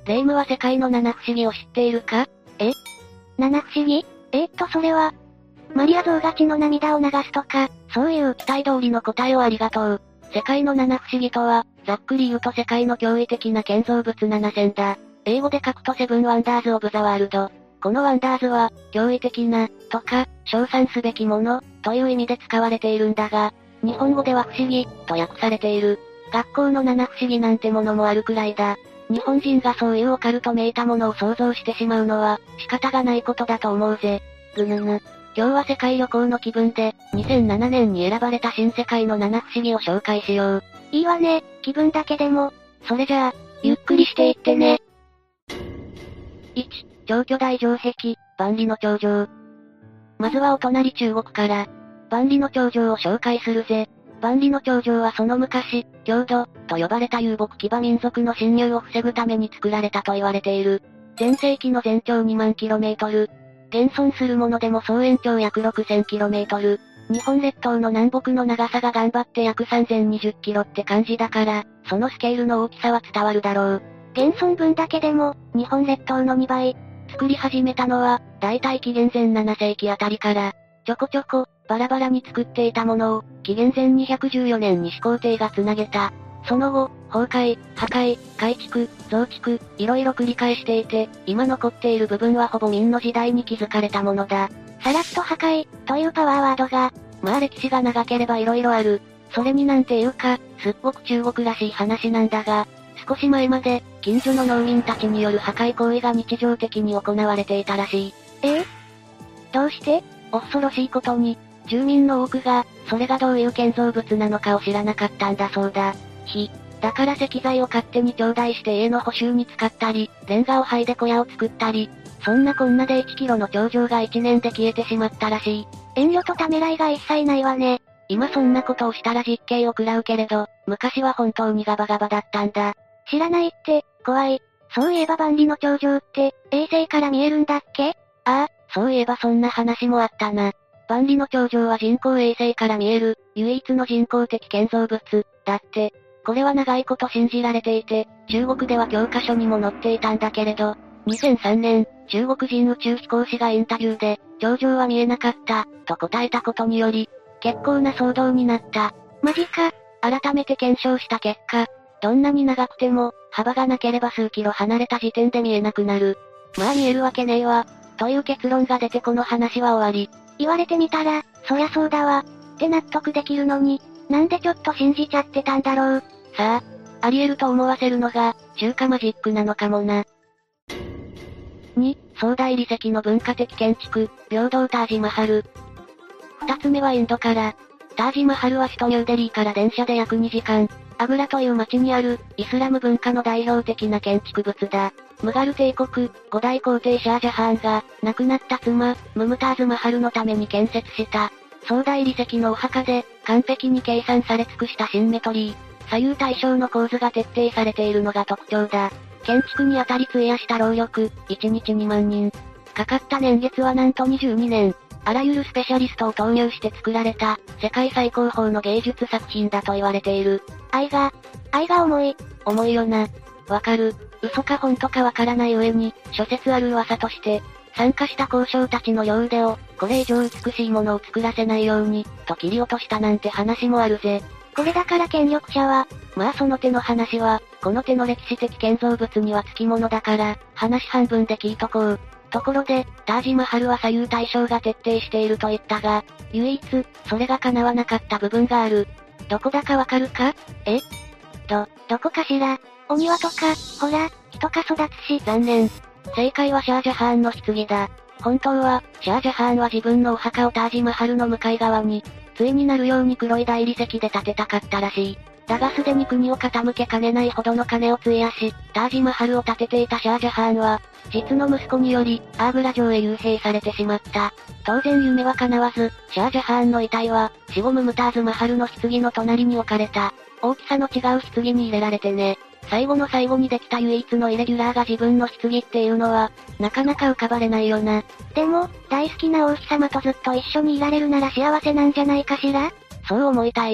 霊夢は世界の七不思議を知っているか？ 七不思議？それは、マリア像が血の涙を流すとか、 そういう期待通りの答えをありがとう。世界の七不思議とは、ざっくり言うと世界の驚異的な建造物7選だ。英語で書くとセブンワンダーズ・オブ・ザ・ワールド。このワンダーズは、驚異的な、とか、称賛すべきもの、という意味で使われているんだが、日本語では不思議、と訳されている。学校の七不思議なんてものもあるくらいだ。日本人がそういうオカルトめいたものを想像してしまうのは、仕方がないことだと思うぜ。ぐぬぬ。今日は世界旅行の気分で、2007年に選ばれた新世界の七不思議を紹介しよう。 いいわね、気分だけでも。 それじゃあ、ゆっくりしていってね。1、超巨大城壁、万里の長城。まずはお隣中国から、万里の長城を紹介するぜ。万里の長城はその昔、匈奴、と呼ばれた遊牧騎馬民族の侵入を防ぐために作られたと言われている。全盛期の全長2万 km。現存するものでも総延長約 6000km。日本列島の南北の長さが頑張って約 3020km って感じだから、そのスケールの大きさは伝わるだろう。 現存分だけでも、日本列島の2倍。 作り始めたのは、だいたい紀元前7世紀あたりから、ちょこちょこ、バラバラに作っていたものを、紀元前214年に始皇帝が繋げた。その後、崩壊、破壊、改築、増築、いろいろ繰り返していて、今残っている部分はほぼ明の時代に築かれたものだ。 さらっと破壊、というパワーワードが、 まあ歴史が長ければいろいろある。それになんていうか、すっごく中国らしい話なんだが、少し前まで、近所の農民たちによる破壊行為が日常的に行われていたらしい。 どうして？ 恐ろしいことに、住民の多くが、それがどういう建造物なのかを知らなかったんだそうだ。だから石材を勝手に頂戴して家の補修に使ったり、レンガを剥いで小屋を作ったり、そんなこんなで1キロの頂上が1年で消えてしまったらしい。 遠慮とためらいが一切ないわね。 今そんなことをしたら実刑を食らうけれど、昔は本当にガバガバだったんだ。 知らないって、怖い。そういえば万里の長城って、衛星から見えるんだっけ？ ああ、そういえばそんな話もあったな。万里の長城は人工衛星から見える、唯一の人工的建造物、だって。これは長いこと信じられていて、中国では教科書にも載っていたんだけれど、2003年、中国人宇宙飛行士がインタビューで、頂上は見えなかった、と答えたことにより、結構な騒動になった。 マジか。 改めて検証した結果、どんなに長くても、幅がなければ数キロ離れた時点で見えなくなる。まあ見えるわけねえわ、という結論が出てこの話は終わり。 言われてみたら、そりゃそうだわ、って納得できるのに、なんでちょっと信じちゃってたんだろう。 さあ、あり得ると思わせるのが、中華マジックなのかもな。2、壮大理石の文化的建築、平等タージマハル。2つ目はインドから。タージマハルは首都ニューデリーから電車で約2時間、アグラという町にある、イスラム文化の代表的な建築物だ。ムガル帝国、5代皇帝シャージャハーンが、亡くなった妻、ムムターズマハルのために建設した、壮大理石のお墓で、完璧に計算され尽くしたシンメトリー、左右対称の構図が徹底されているのが特徴だ。建築にあたり費やした労力、1日2万人。かかった年月はなんと22年。あらゆるスペシャリストを投入して作られた、世界最高峰の芸術作品だと言われている。 愛が重い。 重いよな。わかる。嘘か本当かわからない上に、諸説ある噂として、参加した交渉たちの両腕を、これ以上美しいものを作らせないように、と切り落としたなんて話もあるぜ。 これだから権力者は、 まあその手の話は、この手の歴史的建造物にはつきものだから、話半分で聞いとこう。ところで、タージマハルは左右対称が徹底していると言ったが、唯一、それが叶わなかった部分がある。どこだかわかるか？ どこかしら。お庭とか、ほら、人か育つし。 残念。正解はシャージャハーンの棺だ。本当は、シャージャハーンは自分のお墓をタージマハルの向かい側に、対になるように黒い大理石で建てたかったらしい。だがすでに国を傾けかねないほどの金を費やし、タージマハルを建てていたシャージャハーンは、実の息子により、アーグラ城へ幽閉されてしまった。当然夢は叶わず、シャージャハーンの遺体は、死後ムムターズマハルの棺の隣に置かれた。大きさの違う棺に入れられてね。最後の最後にできた唯一のイレギュラーが自分の棺っていうのは、なかなか浮かばれないよな。 でも、大好きな王妃様とずっと一緒にいられるなら幸せなんじゃないかしら？ そう思いたい。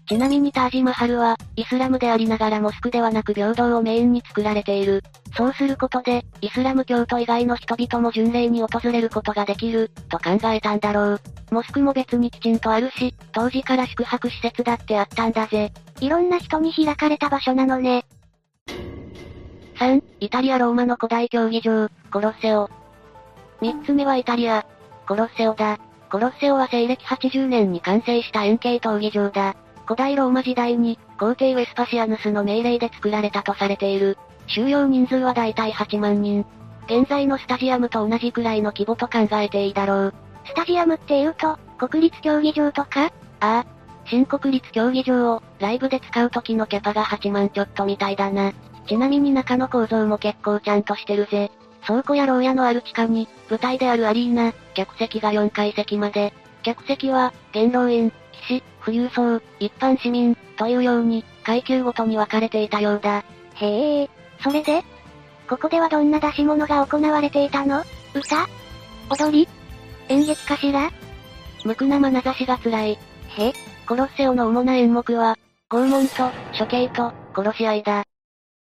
ちなみにタージマハルは、イスラムでありながらモスクではなく平等をメインに作られている。そうすることで、イスラム教徒以外の人々も巡礼に訪れることができる、と考えたんだろう。モスクも別にきちんとあるし、当時から宿泊施設だってあったんだぜ。 いろんな人に開かれた場所なのね。 3、イタリア・ローマの古代競技場、コロッセオ。3つ目はイタリア、コロッセオだ。コロッセオは西暦80年に完成した円形闘技場だ。古代ローマ時代に、皇帝ウェスパシアヌスの命令で作られたとされている。収容人数はだいたい8万人。現在のスタジアムと同じくらいの規模と考えていいだろう。 スタジアムって言うと、国立競技場とか？ ああ。新国立競技場を、ライブで使う時のキャパが8万ちょっとみたいだな。ちなみに中の構造も結構ちゃんとしてるぜ。倉庫や牢屋のある地下に、舞台であるアリーナ、客席が4階席まで。客席は、元老院、騎士、富裕層、一般市民、というように、階級ごとに分かれていたようだ。 へえ、それで？ここではどんな出し物が行われていたの？歌？踊り？演劇かしら？ 無垢な眼差しが辛い。コロッセオの主な演目は、拷問と、処刑と、殺し合いだ。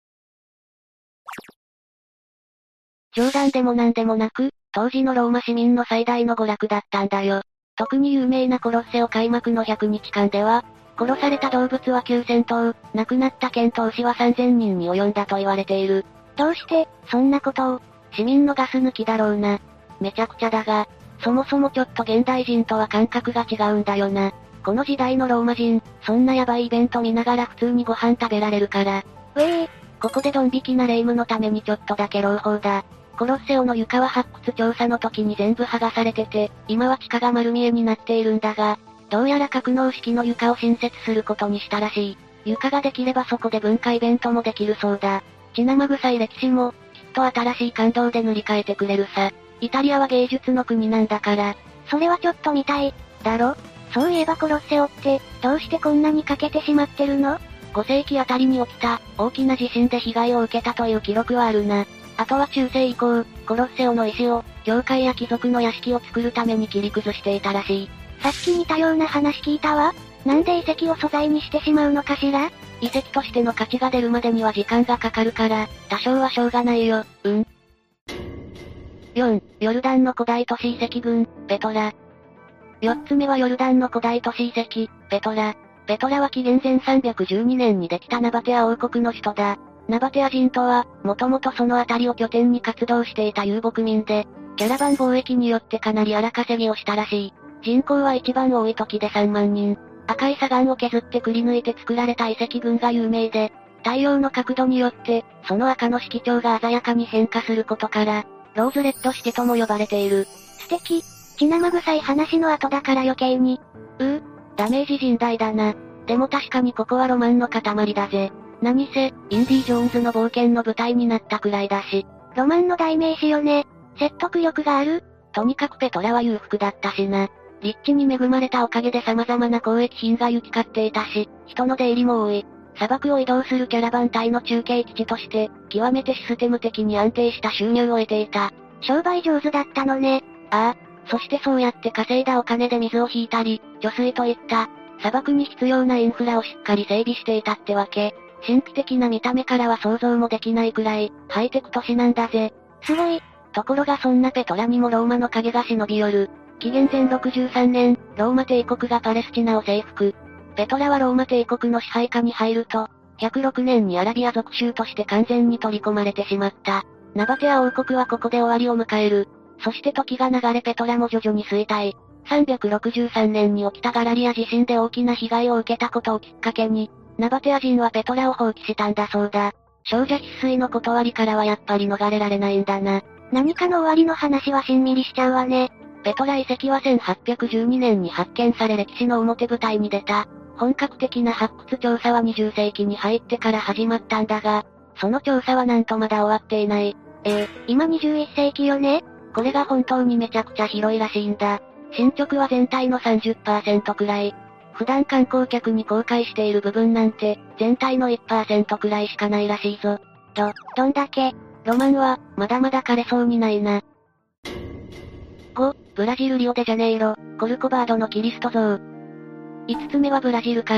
冗談でもなんでもなく、当時のローマ市民の最大の娯楽だったんだよ。特に有名なコロッセオ開幕の100日間では、殺された動物は9000頭、亡くなった剣闘士は3000人に及んだと言われている。 どうして、そんなことを？ 市民のガス抜きだろうな。めちゃくちゃだが、そもそもちょっと現代人とは感覚が違うんだよな。この時代のローマ人、そんなヤバいイベント見ながら普通にご飯食べられるから。ここでドン引きな霊夢のためにちょっとだけ朗報だ。コロッセオの床は発掘調査の時に全部剥がされてて、今は地下が丸見えになっているんだが、どうやら格納式の床を新設することにしたらしい。床ができればそこで文化イベントもできるそうだ。血生臭い歴史も、きっと新しい感動で塗り替えてくれるさ。イタリアは芸術の国なんだから。 それはちょっと見たい。 だろ？ そういえばコロッセオって、どうしてこんなに欠けてしまってるの ？5世紀あたりに起きた、大きな地震で被害を受けたという記録はあるな。あとは中世以降、コロッセオの石を、教会や貴族の屋敷を作るために切り崩していたらしい。 さっき似たような話聞いたわ。なんで遺跡を素材にしてしまうのかしら？ 遺跡としての価値が出るまでには時間がかかるから、多少はしょうがないよ。4、ヨルダンの古代都市遺跡群、ペトラ。4つ目はヨルダンの古代都市遺跡、ペトラ。ペトラは紀元前312年にできたナバテア王国の首都だ。ナバテア人とは、もともとその辺りを拠点に活動していた遊牧民で、キャラバン貿易によってかなり荒稼ぎをしたらしい。人口は一番多い時で3万人。赤い砂岩を削ってくり抜いて作られた遺跡群が有名で、太陽の角度によって、その赤の色調が鮮やかに変化することから、ローズレッドシテとも呼ばれている。 素敵。血生臭い話の後だから余計に。 ダメージ甚大だな。でも確かにここはロマンの塊だぜ。何せ、インディ・ジョーンズの冒険の舞台になったくらいだし。 ロマンの代名詞よね。説得力がある。 とにかくペトラは裕福だったしな。立地に恵まれたおかげで様々な交易品が行き交っていたし、人の出入りも多い。砂漠を移動するキャラバン隊の中継基地として、極めてシステム的に安定した収入を得ていた。 商売上手だったのね。 ああ。そしてそうやって稼いだお金で水を引いたり、貯水といった、砂漠に必要なインフラをしっかり整備していたってわけ。神秘的な見た目からは想像もできないくらい、ハイテク都市なんだぜ。 すごい。 ところがそんなペトラにもローマの影が忍び寄る。紀元前63年、ローマ帝国がパレスチナを征服。ペトラはローマ帝国の支配下に入ると、106年にアラビア属州として完全に取り込まれてしまった。ナバテア王国はここで終わりを迎える。そして時が流れペトラも徐々に衰退。363年に起きたガラリア地震で大きな被害を受けたことをきっかけに、ナバテア人はペトラを放棄したんだそうだ。少女必須の断りからはやっぱり逃れられないんだな。 何かの終わりの話はしんみりしちゃうわね。 ペトラ遺跡は1812年に発見され歴史の表舞台に出た。本格的な発掘調査は20世紀に入ってから始まったんだが、その調査はなんとまだ終わっていない。 今21世紀よね？ これが本当にめちゃくちゃ広いらしいんだ。進捗は全体の 30% くらい。普段観光客に公開している部分なんて、全体の 1% くらいしかないらしいぞ。 どんだけ？ ロマンは、まだまだ枯れそうにないな。5、ブラジルリオデジャネイロ、コルコバードのキリスト像。5つ目はブラジルから。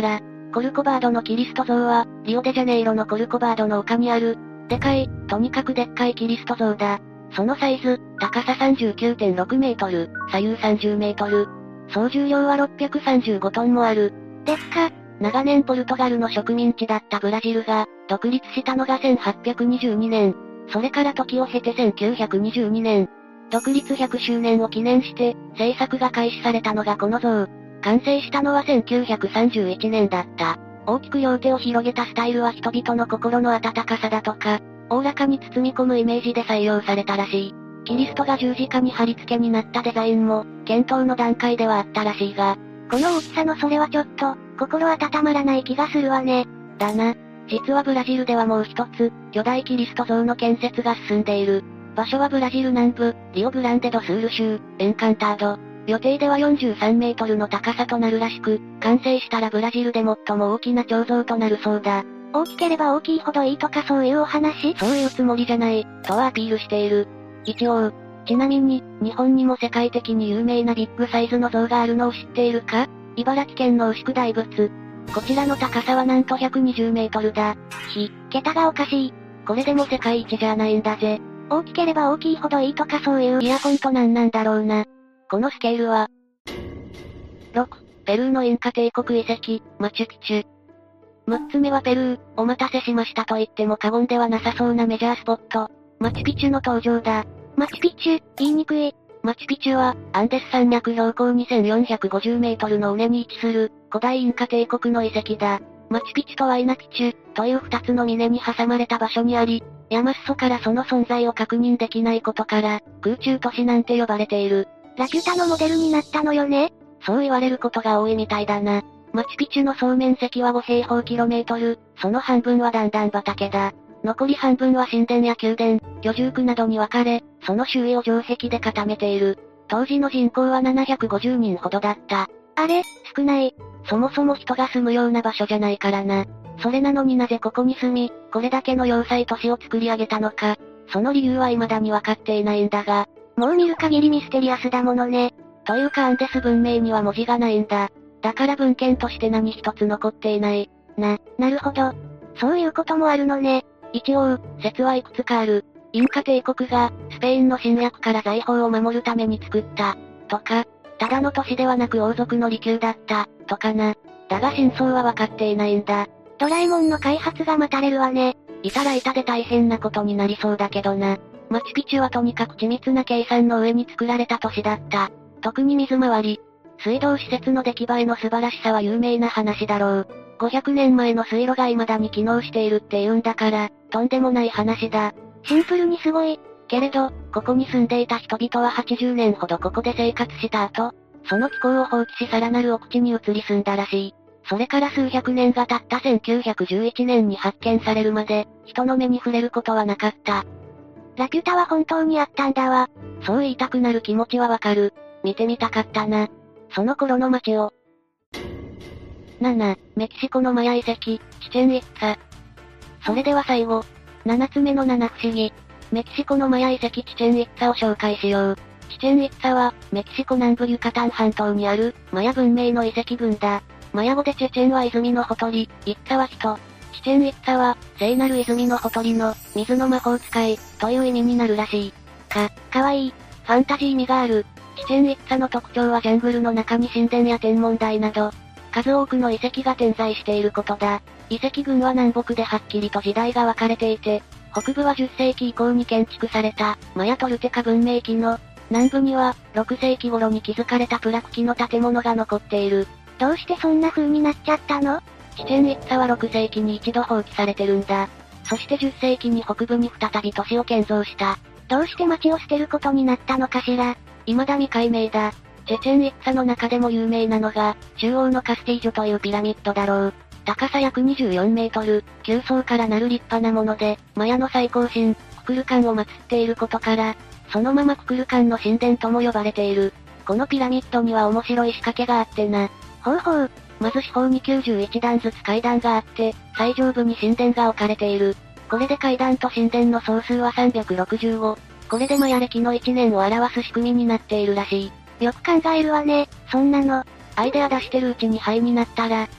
コルコバードのキリスト像は、リオデジャネイロのコルコバードの丘にある、でかい、とにかくでっかいキリスト像だ。そのサイズ、高さ 39.6 メートル、左右30メートル。総重量は635トンもある。 でっか。 長年ポルトガルの植民地だったブラジルが、独立したのが1822年。それから時を経て1922年。独立100周年を記念して、制作が開始されたのがこの像。完成したのは1931年だった。大きく両手を広げたスタイルは人々の心の温かさだとか、おおらかに包み込むイメージで採用されたらしい。キリストが十字架に貼り付けになったデザインも、検討の段階ではあったらしいが、 この大きさのそれはちょっと、心温まらない気がするわね。 だな。実はブラジルではもう一つ、巨大キリスト像の建設が進んでいる。場所はブラジル南部、リオグランデドスール州、エンカンタード。予定では43メートルの高さとなるらしく、完成したらブラジルで最も大きな彫像となるそうだ。 大きければ大きいほどいいとかそういうお話？ そういうつもりじゃない、とはアピールしている。一応。ちなみに、日本にも世界的に有名なビッグサイズの像があるのを知っているか？茨城県の牛久大仏。こちらの高さはなんと120メートルだ。 桁がおかしい。 これでも世界一じゃないんだぜ。 大きければ大きいほどいいとかそういう。 いやほんとなんだろうな。このスケールは。6、ペルーのインカ帝国遺跡、マチュピチュ。6つ目はペルー、お待たせしましたと言っても過言ではなさそうなメジャースポット、マチュピチュの登場だ。 マチュピチュ、言いにくい。 マチュピチュは、アンデス山脈標高2450メートルの尾根に位置する、古代インカ帝国の遺跡だ。マチュピチュとワイナピチュ、という二つの峰に挟まれた場所にあり、山裾からその存在を確認できないことから、空中都市なんて呼ばれている。 ラピュタのモデルになったのよね？ そう言われることが多いみたいだな。マチュピチュの総面積は5平方キロメートル、その半分は段々畑だ。残り半分は神殿や宮殿、居住区などに分かれ、その周囲を城壁で固めている。当時の人口は750人ほどだった。 あれ、少ない。 そもそも人が住むような場所じゃないからな。それなのになぜここに住み、これだけの要塞都市を作り上げたのか、その理由は未だに分かっていないんだが。 もう見る限りミステリアスだものね。 というかアンデス文明には文字がないんだ。だから文献として何一つ残っていない。 なるほど。そういうこともあるのね。 一応、説はいくつかある。インカ帝国が、スペインの侵略から財宝を守るために作った。とか、ただの都市ではなく王族の離宮だった。とかな。だが真相は分かっていないんだ。 ドラえもんの開発が待たれるわね。 いたらいたで大変なことになりそうだけどな。マチュピチュはとにかく緻密な計算の上に作られた都市だった。特に水回り。水道施設の出来栄えの素晴らしさは有名な話だろう。500年前の水路が未だに機能しているって言うんだから、とんでもない話だ。 シンプルにすごい。 けれど、ここに住んでいた人々は80年ほどここで生活した後、その気候を放棄しさらなる奥地に移り住んだらしい。それから数百年が経った1911年に発見されるまで、人の目に触れることはなかった。 ラピュタは本当にあったんだわ。 そう言いたくなる気持ちはわかる。見てみたかったな。その頃の街を。7、メキシコのマヤ遺跡、チチェンイッツァ。それでは最後、7つ目の七不思議。メキシコのマヤ遺跡チチェンイッツァを紹介しよう。チチェンイッツァは、メキシコ南部ユカタン半島にある、マヤ文明の遺跡群だ。マヤ語でチェチェンは泉のほとり、イッツァは人。チチェンイッツァは、聖なる泉のほとりの、水の魔法使い、という意味になるらしい。 かわいい。 ファンタジー味がある。チチェンイッツァの特徴はジャングルの中に神殿や天文台など、数多くの遺跡が点在していることだ。遺跡群は南北ではっきりと時代が分かれていて、北部は10世紀以降に建築された、マヤトルテカ文明期の、南部には、6世紀頃に築かれたプラク期の建物が残っている。 どうしてそんな風になっちゃったの？ チチェンイッツァは6世紀に一度放棄されてるんだ。そして10世紀に北部に再び都市を建造した。 どうして町を捨てることになったのかしら？ 未だ未解明だ。チェチェンイッツァの中でも有名なのが、中央のカスティージョというピラミッドだろう。高さ約24メートル、9層からなる立派なもので、マヤの最高神、ククルカンを祀っていることから、そのままククルカンの神殿とも呼ばれている。このピラミッドには面白い仕掛けがあってな。 ほうほう。 まず四方に91段ずつ階段があって、最上部に神殿が置かれている。これで階段と神殿の総数は365。これでマヤ暦の1年を表す仕組みになっているらしい。 よく考えるわね、そんなの。 アイデア出してるうちに灰になったら、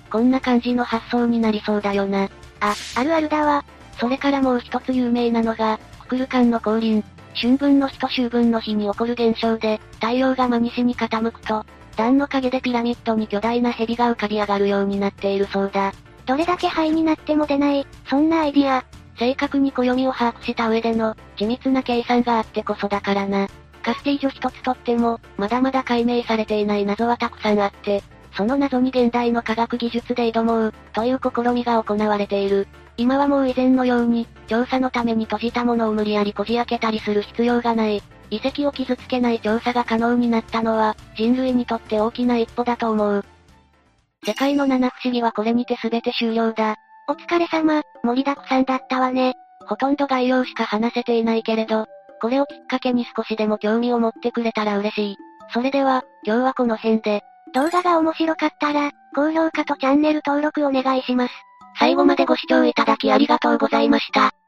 こんな感じの発想になりそうだよな。 あるあるだわ。 それからもう一つ有名なのが、ククルカンの降臨。春分の日と秋分の日に起こる現象で、太陽が真西に傾くと、段の影でピラミッドに巨大な蛇が浮かび上がるようになっているそうだ。 どれだけ灰になっても出ない、そんなアイディア。 正確に暦を把握した上での、緻密な計算があってこそだからな。カスティージョ一つとっても、まだまだ解明されていない謎はたくさんあって、その謎に現代の科学技術で挑もう、という試みが行われている。今はもう以前のように、調査のために閉じたものを無理やりこじ開けたりする必要がない。遺跡を傷つけない調査が可能になったのは、人類にとって大きな一歩だと思う。世界の七不思議はこれにて全て終了だ。 お疲れ様、盛りだくさんだったわね。 ほとんど概要しか話せていないけれど、これをきっかけに少しでも興味を持ってくれたら嬉しい。それでは、今日はこの辺で。 動画が面白かったら、高評価とチャンネル登録お願いします。 最後までご視聴いただきありがとうございました。